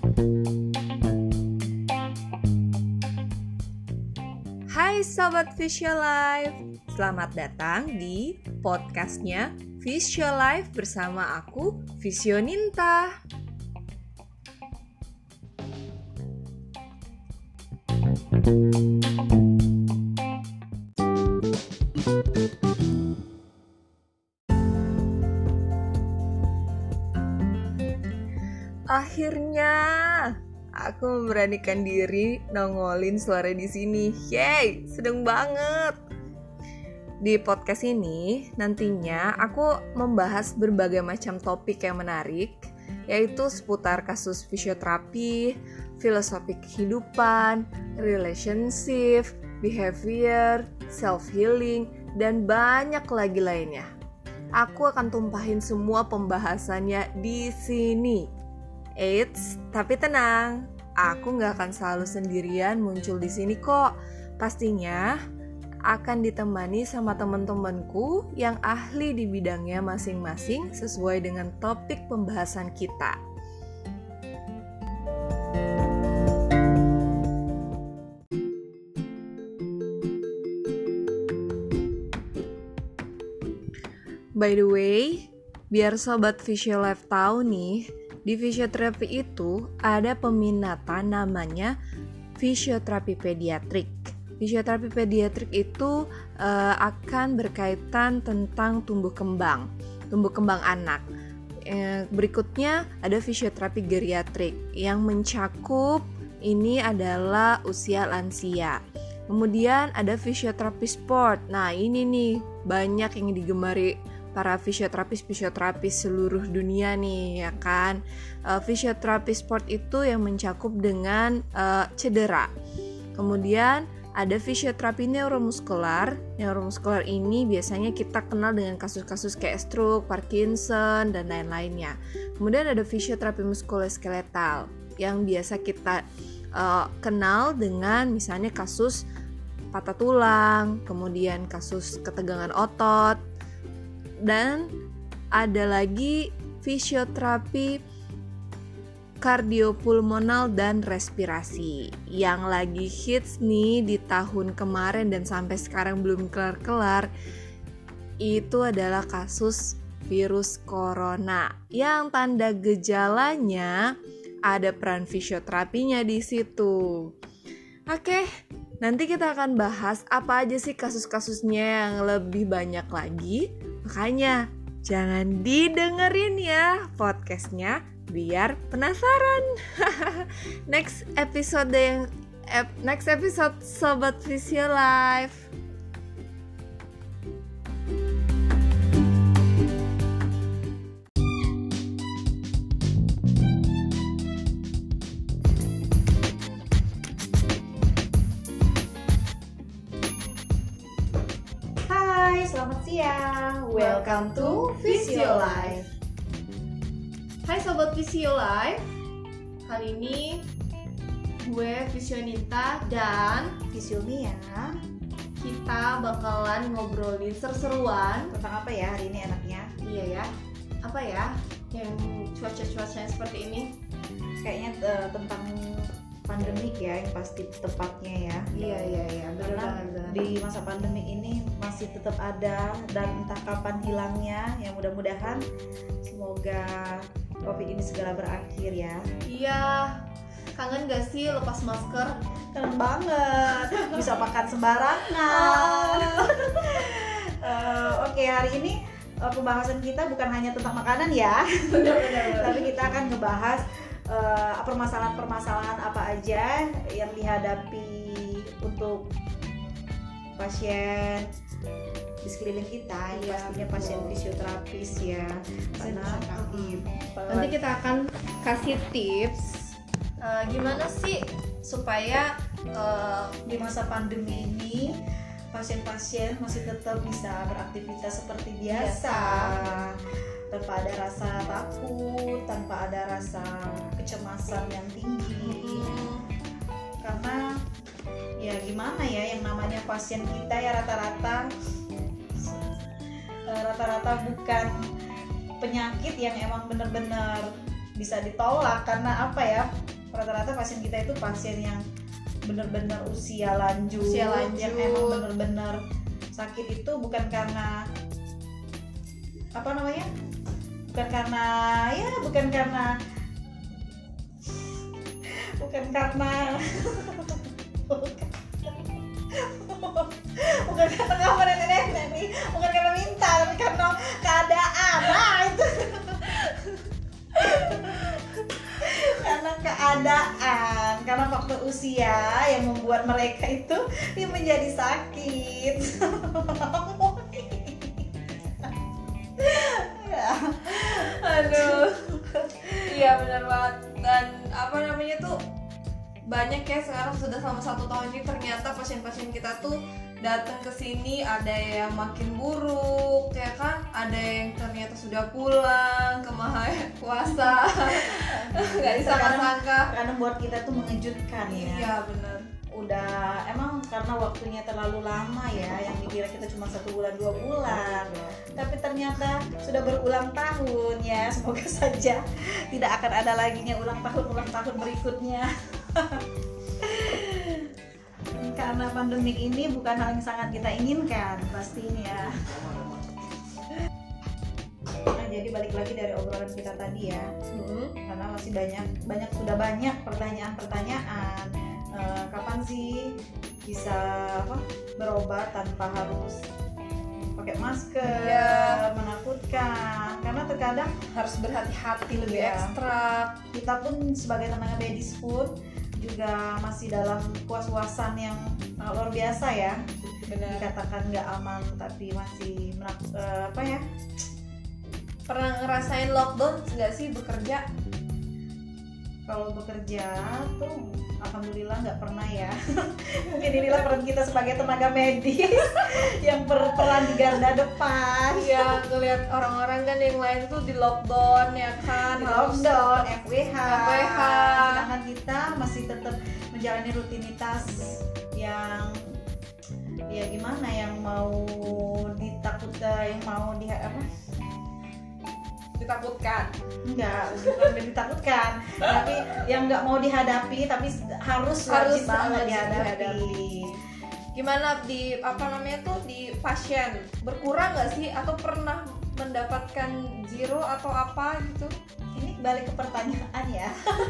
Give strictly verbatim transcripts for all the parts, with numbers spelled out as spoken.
Hai Sobat Visualife, selamat datang di podcastnya Visualife bersama aku, Visioninta. Akhirnya aku memberanikan diri nongolin suara di sini. Yeay, seneng banget. Di podcast ini nantinya aku membahas berbagai macam topik yang menarik, yaitu seputar kasus fisioterapi, filosofi kehidupan, relationship, behavior, self-healing, dan banyak lagi lainnya. Aku akan tumpahin semua pembahasannya di sini. Eits, tapi tenang, aku nggak akan selalu sendirian muncul di sini kok. Pastinya akan ditemani sama teman-temanku yang ahli di bidangnya masing-masing sesuai dengan topik pembahasan kita. By the way, biar Sobat Visualife tahu nih, di fisioterapi itu ada peminatan namanya fisioterapi pediatrik. Fisioterapi pediatrik itu uh, akan berkaitan tentang tumbuh kembang, tumbuh kembang anak. E, berikutnya ada fisioterapi geriatrik yang mencakup ini adalah usia lansia. Kemudian ada fisioterapi sport. Nah ini nih banyak yang digemari para fisioterapis-fisioterapis seluruh dunia nih, ya kan. Uh, fisioterapi sport itu yang mencakup dengan uh, cedera. Kemudian ada fisioterapi neuromuskular. Neuromuskular ini biasanya kita kenal dengan kasus-kasus kayak stroke, Parkinson, dan lain-lainnya. Kemudian ada fisioterapi muskuloskeletal yang biasa kita uh, kenal dengan misalnya kasus patah tulang, kemudian kasus ketegangan otot. Dan ada lagi fisioterapi kardiopulmonal dan respirasi yang lagi hits nih di tahun kemarin dan sampai sekarang belum kelar-kelar. Itu adalah kasus virus corona yang tanda gejalanya ada peran fisioterapinya di situ. Oke, nanti kita akan bahas apa aja sih kasus-kasusnya yang lebih banyak lagi. Makanya jangan didengerin ya podcastnya biar penasaran. Next episode yang ep, next episode Sobat Visualife. Selamat siang, welcome to Visualife. Hai Sobat Visualife, kali ini gue Visioninta dan Visiomi ya. Kita bakalan ngobrolin seru-seruan. Tentang apa ya hari ini enaknya? Iya ya, apa ya yang cuaca-cuacanya seperti ini? Kayaknya uh, tentang pandemik ya, yang pasti tepatnya ya. Iya iya iya, karena di masa pandemik ini masih tetap ada dan entah kapan hilangnya. Ya mudah-mudahan semoga Covid ini segera berakhir ya. Iya, kangen gak sih lepas masker? Kangen banget, bisa makan sembarangan. Oh. uh, Oke, okay, hari ini uh, pembahasan kita bukan hanya tentang makanan ya. Benar-benar. Tapi kita akan ngebahas Uh, permasalahan-permasalahan apa aja yang dihadapi untuk pasien di sekeliling kita, ya, pastinya pasien fisioterapis ya. Karena nanti kita akan kasih tips uh, gimana sih supaya uh, di masa pandemi ini pasien-pasien masih tetap bisa beraktivitas seperti biasa. biasa. Tanpa ada rasa takut, tanpa ada rasa kecemasan yang tinggi. Hmm. Karena ya gimana ya, yang namanya pasien kita ya rata-rata rata-rata bukan penyakit yang emang benar-benar bisa ditolak karena apa ya, rata-rata pasien kita itu pasien yang benar-benar usia lanjut, usia lanjut yang emang benar-benar sakit itu bukan karena apa namanya, bukan karena ya bukan karena bukan karena bukan karena kamu nenek-nenek nih, bukan karena minta, tapi karena keadaan. Nah itu karena keadaan, karena faktor usia yang membuat mereka itu dia menjadi sakit. Aduh, iya benar banget. Dan apa namanya tuh, banyak ya sekarang sudah selama satu tahun ini ternyata pasien-pasien kita tuh datang ke sini ada yang makin buruk ya kan, ada yang ternyata sudah pulang ke maha kuasa. Nggak disangka-sangka, karena buat kita tuh mengejutkan ya. Iya benar. Udah emang karena waktunya terlalu lama ya, yang dikira kita cuma satu bulan dua bulan, tapi ternyata sudah berulang tahun ya. Semoga saja tidak akan ada laginya ulang tahun ulang tahun berikutnya. Karena pandemik ini bukan hal yang sangat kita inginkan pastinya. Nah, jadi balik lagi dari obrolan kita tadi ya, hmm. karena masih banyak banyak sudah banyak pertanyaan-pertanyaan. Uh, kapan sih bisa apa berobat tanpa harus pakai masker, ya. Menakutkan, karena terkadang harus berhati-hati lebih ya. Ekstra. Kita pun sebagai tenaga medis pun juga masih dalam was-wasan yang luar biasa ya. Benar. Dikatakan nggak aman tapi masih menakut, uh, apa ya? Pernah ngerasain lockdown nggak sih bekerja? Kalau bekerja tuh alhamdulillah nggak pernah ya. Mungkin inilah peran kita sebagai tenaga medis yang berperan di garda depan. Ya, ngelihat orang-orang kan yang lain tuh di lockdown ya kan, di lockdown, F W H. F W H. Sedangkan kita masih tetap menjalani rutinitas yang ya gimana, yang mau ditakut, yang mau di apa? ditakutkan enggak, bukan ditakutkan, tapi yang nggak mau dihadapi tapi harus harus wajib banget dihadapi. dihadapi. Gimana di apa namanya tuh di pasien berkurang nggak sih, atau pernah mendapatkan zero atau apa gitu? Ini balik ke pertanyaan ya.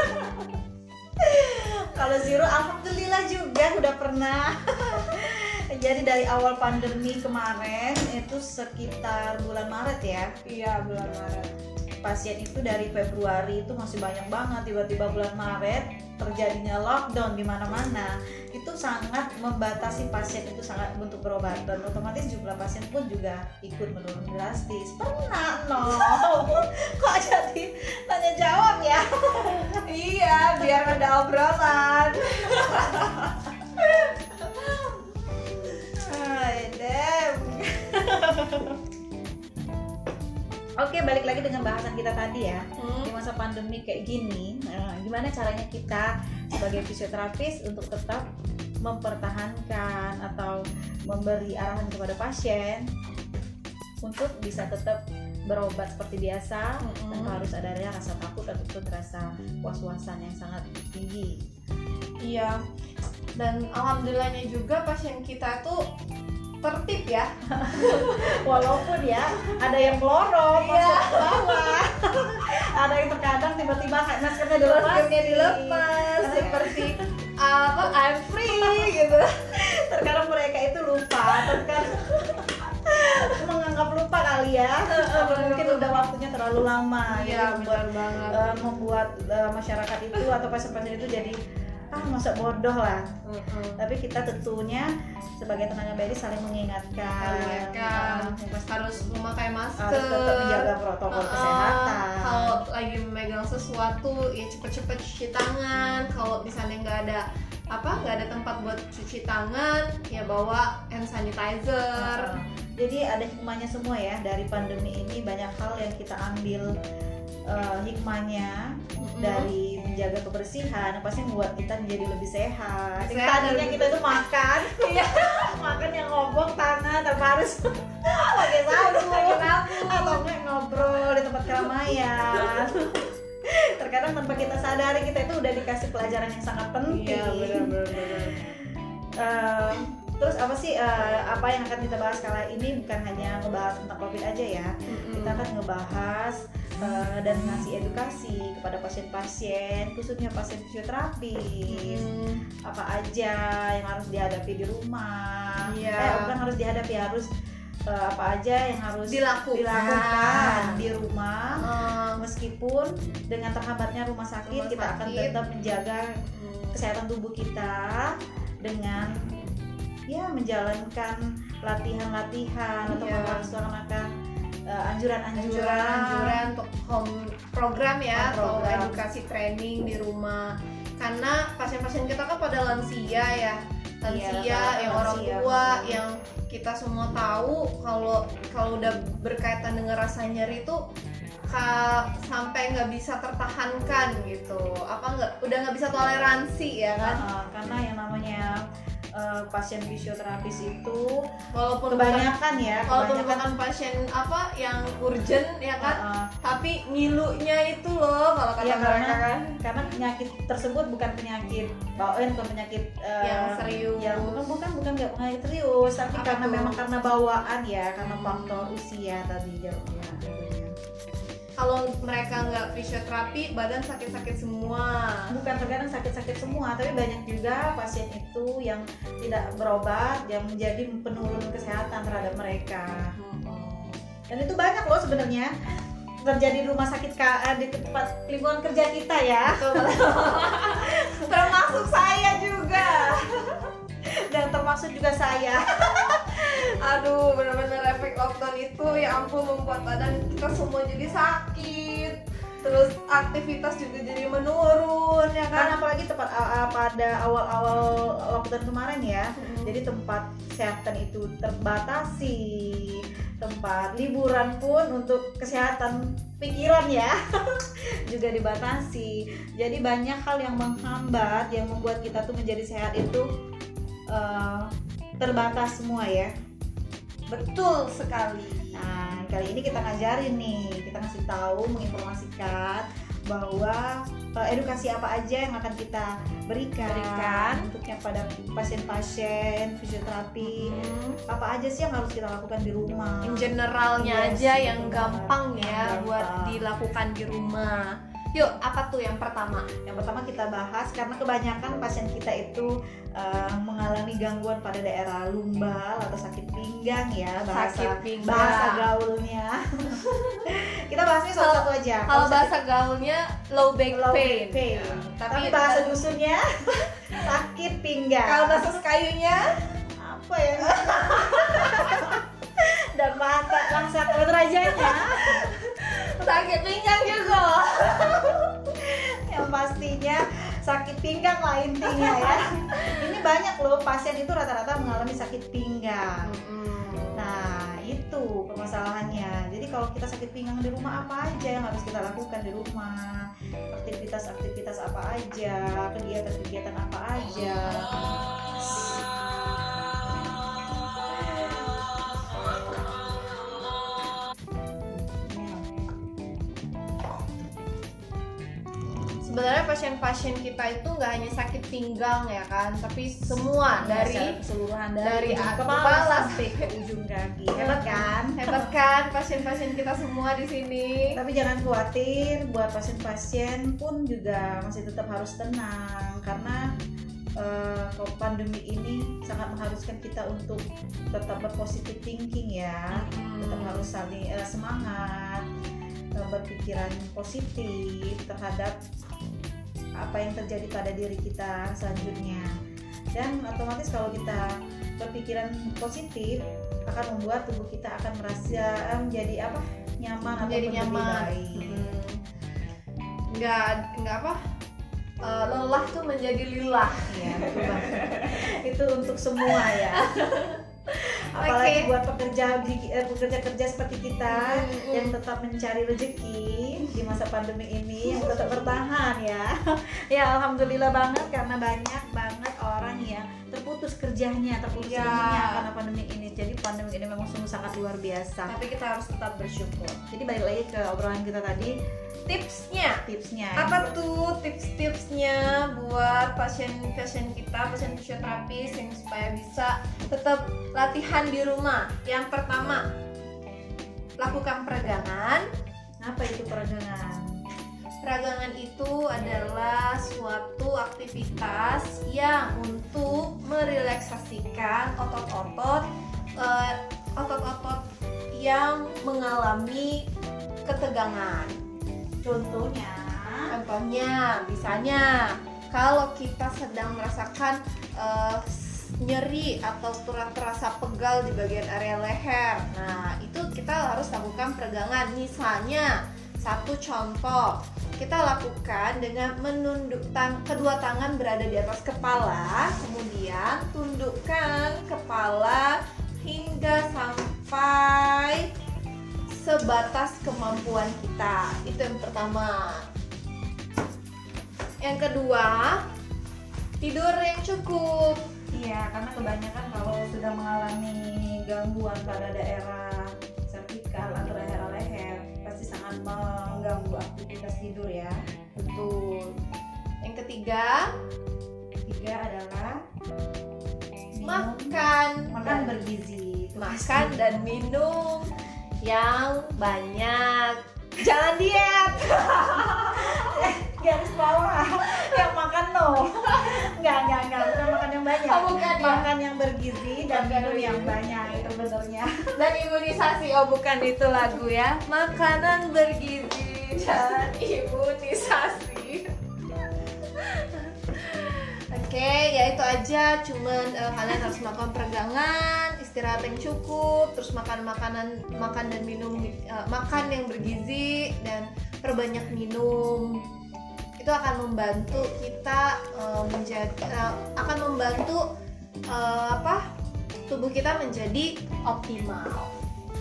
Kalau zero alhamdulillah juga udah pernah. Jadi dari awal pandemi kemarin itu sekitar bulan Maret ya. Iya, bulan Maret. Pasien itu dari Februari itu masih banyak banget, tiba-tiba bulan Maret terjadinya lockdown di mana-mana. Itu sangat membatasi pasien itu sangat untuk berobat, dan otomatis jumlah pasien pun juga ikut menurun drastis. Pernah no. Kok jadi tanya jawab ya? Iya, biar ada obrolan. Oke, balik lagi dengan bahasan kita tadi ya. Hmm. Di masa pandemi kayak gini, nah, gimana caranya kita sebagai fisioterapis untuk tetap mempertahankan atau memberi arahan kepada pasien untuk bisa tetap berobat seperti biasa, mm-hmm. tanpa harus adanya rasa takut ataupun rasa was-wasan yang sangat tinggi. Iya. Dan alhamdulillahnya juga pasien kita tuh tertib ya. Walaupun ya ada yang melorong, iya. masuk ke bawah. Ada yang terkadang tiba-tiba maskernya dilepas, maskernya dilepas seperti apa I'm free gitu. Terkadang mereka itu lupa, terkadang menganggap lupa kali ya. Atau mungkin udah waktunya terlalu lama. Iya, membuat, benar banget. Uh, membuat uh, masyarakat itu atau pasien-pasien itu jadi ah masa bodoh lah. Mm-hmm. Tapi kita tentunya sebagai tenaga medis saling mengingatkan, mengingatkan uh, harus memakai masker, harus tetap menjaga protokol uh, kesehatan. Kalau lagi memegang sesuatu ya cepet-cepet cuci tangan. Kalau misalnya nggak ada apa nggak ada tempat buat cuci tangan ya bawa hand sanitizer. Uh, jadi ada hikmahnya semua ya dari pandemi ini, banyak hal yang kita ambil uh, hikmahnya. Mm-hmm. Dari menjaga kebersihan pasti membuat kita menjadi lebih sehat. Tadinya kita tuh makan, makan yang ngobong tangan tanpa harus pakai sabun atau enggak ngobrol di tempat keramaian. terkadang tanpa kita sadari kita itu udah dikasih pelajaran yang sangat penting. Iya, benar-benar. Uh, terus apa sih uh, apa yang akan kita bahas kali ini bukan hanya ngebahas tentang COVID aja ya. Mm-hmm. Kita akan ngebahas uh, dan ngasih edukasi kepada pasien-pasien, khususnya pasien fisioterapi. Mm-hmm. Apa aja yang harus dihadapi di rumah. Yeah. Eh, bukan harus dihadapi, harus uh, apa aja yang harus dilakukan, dilakukan di rumah. Uh, Meskipun dengan terhambatnya rumah sakit, rumah kita sakit. akan tetap menjaga mm. kesehatan tubuh kita dengan ya menjalankan latihan-latihan atau yeah. melaksanakan uh, anjuran-anjuran anjuran untuk home program ya, home program. atau edukasi training di rumah. Karena pasien-pasien kita kan pada lansia ya, lansia yeah, yang orang lansia. tua yang kita semua tahu kalau kalau udah berkaitan dengan rasa nyeri itu ka, sampai nggak bisa tertahankan gitu, apa nggak udah nggak bisa toleransi ya kan? Uh, karena yang namanya uh, pasien fisioterapis itu walaupun kebanyakan bukan, ya, walaupun kebanyakan bukan pasien apa yang urgent ya kan, uh, uh, tapi ngilunya itu loh kalau kata ya, mereka karena, kan, karena penyakit tersebut bukan penyakit bawaan, bukan penyakit uh, yang serius, yang bukan bukan bukan nggak penyakit serius, tapi apa karena tuh? memang karena bawaan ya, karena faktor usia tadi jawabnya. Kalau mereka nggak fisioterapi, badan sakit-sakit semua. Bukan terkadang sakit-sakit semua, tapi banyak juga pasien itu yang tidak berobat, yang menjadi penurun kesehatan terhadap mereka. Hmm. Dan itu banyak loh sebenarnya terjadi di rumah sakit di tempat lingkungan kerja kita ya. Termasuk saya juga. Dan termasuk juga saya. Aduh, benar-benar efek lockdown itu ya ampun membuat badan kita semua jadi sakit. Terus aktivitas juga jadi menurun ya Kan kan. apalagi tepat uh, pada awal-awal lockdown kemarin ya. Hmm. Jadi tempat kesehatan itu terbatasi. Tempat liburan pun untuk kesehatan pikiran ya juga dibatasi. Jadi banyak hal yang menghambat yang membuat kita tuh menjadi sehat itu uh, terbatas semua ya. Betul sekali. Nah, kali ini kita ngajarin nih, kita ngasih tahu, menginformasikan bahwa uh, edukasi apa aja yang akan kita berikan, Berikan. untuknya pada pasien-pasien fisioterapi. Hmm. Apa aja sih yang harus kita lakukan di rumah? In generalnya Yes, aja betul yang banget. gampang ya Yang buat gampang. dilakukan di rumah. Yuk, apa tuh yang pertama? Yang pertama kita bahas karena kebanyakan pasien kita itu uh, mengalami gangguan pada daerah lumbal atau sakit pinggang ya, bahasa Sakit pinggang. bahasa gaulnya. Kita bahasnya satu-satu aja. Kalau sakit- bahasa gaulnya low back low pain. pain. Ya, Tapi, bahasa dusunnya sakit pinggang. kalau bahasa sekayunya apa ya? Dan mata langsa rajanya sakit pinggang juga. yang pastinya sakit pinggang lah intinya ya. Ini banyak loh pasien itu rata-rata mengalami sakit pinggang. Nah itu permasalahannya. Jadi kalau kita sakit pinggang di rumah, apa aja yang harus kita lakukan di rumah? Aktivitas-aktivitas apa aja? Kegiatan-kegiatan apa aja? Sebenarnya pasien-pasien kita itu nggak hanya sakit pinggang ya kan, tapi semua dari secara keseluruhan dari dari ujung kepala kepala sampai ke ujung kaki. Hebat kan? hebat kan pasien-pasien kita semua di sini. Tapi jangan khawatir, buat pasien-pasien pun juga masih tetap harus tenang karena uh, pandemi ini sangat mengharuskan kita untuk tetap berpositif thinking ya. Hmm. Tetap harus saling uh, semangat, uh, berpikiran positif terhadap apa yang terjadi pada diri kita selanjutnya. Dan otomatis kalau kita berpikiran positif akan membuat tubuh kita akan merasa eh, menjadi apa nyaman atau Jadi lebih nyaman. baik. Hmm. Nggak nggak apa uh, lelah tuh menjadi lilah. Iya, betul banget. Itu untuk semua ya. Apalagi Oke. buat pekerja eh, pekerja-kerja seperti kita Mm-mm. yang tetap mencari rezeki di masa pandemi ini, yang tetap bertahan ya. Ya alhamdulillah banget karena banyak banget orang yang terpuruk terputus kerjanya, terputus Iya. ilmunya karena pandemi ini. Jadi pandemi ini memang sungguh sangat luar biasa. Tapi kita harus tetap bersyukur. Jadi balik lagi ke obrolan kita tadi, Tipsnya, tipsnya. apa tuh tips-tipsnya buat pasien-pasien kita, pasien fisioterapis yang supaya bisa tetap latihan di rumah? Yang pertama, lakukan peregangan. Apa itu peregangan? Peragangan itu adalah suatu aktivitas yang untuk merelaksasikan otot-otot eh, otot-otot yang mengalami ketegangan. Contohnya, Contohnya, misalnya kalau kita sedang merasakan eh, nyeri atau ter- terasa pegal di bagian area leher, nah itu kita harus lakukan peregangan. Misalnya, satu contoh, kita lakukan dengan menunduk tang- kedua tangan berada di atas kepala, kemudian tundukkan kepala hingga sampai sebatas kemampuan kita. Itu yang pertama. Yang kedua, tidur yang cukup. iya, karena kebanyakan kalau sudah mengalami gangguan pada daerah servikal atau daerah leher, pasti sangat mengganggu aktivitas tidur ya. Betul. Yang ketiga, Tiga adalah minum, makan makan bergizi. Itu makan pasti. dan minum yang banyak. Jangan diet. Garis bawah yang makan no. Enggak, enggak, enggak, bukan makan yang banyak. Oh, bukan ya? Makan yang bergizi dan Makan minum yang bergizi. banyak, itu benernya. Dan imunisasi. Oh, bukan itu lagu ya. Makanan bergizi dan imunisasi. Oke, ya itu aja. Cuman eh, kalian harus melakukan peregangan, istirahat yang cukup, terus makan makanan, makan dan minum, eh, makan yang bergizi dan perbanyak minum. Itu akan membantu kita eh, menjadi, eh, akan membantu eh, apa? tubuh kita menjadi optimal.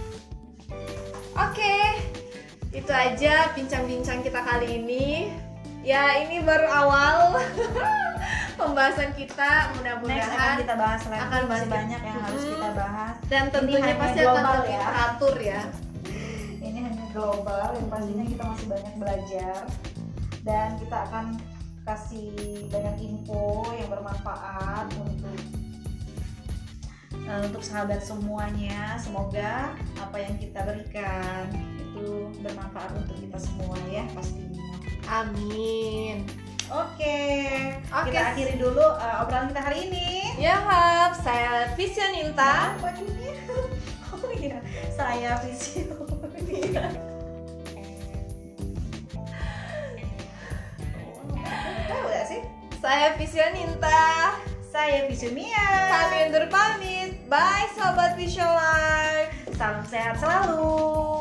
Oke, itu aja bincang-bincang kita kali ini. Ya, ini baru awal pembahasan kita. Next akan Mudah-mudahan kita bahas lagi, akan masih bahas- banyak yang harus Mm-mm. kita bahas. dan tentunya hanya pasti akan global lebih ya. teratur ya. Ini hanya global, yang pastinya kita masih banyak belajar dan kita akan kasih banyak info yang bermanfaat untuk eh, untuk sahabat semuanya. Semoga apa yang kita berikan itu bermanfaat untuk kita semua ya pastinya. Amin. Oke, Oke. kita akhiri dulu eh, obrolan kita hari ini. Ya, Hap, saya Visioninta. Apa bajunya? Oh iya, saya Visio. Oh, udah sih. Saya Visioninta. Saya Visio Mia. Kami undur pamit. Bye, Sobat Visio Live. Salam sehat selalu.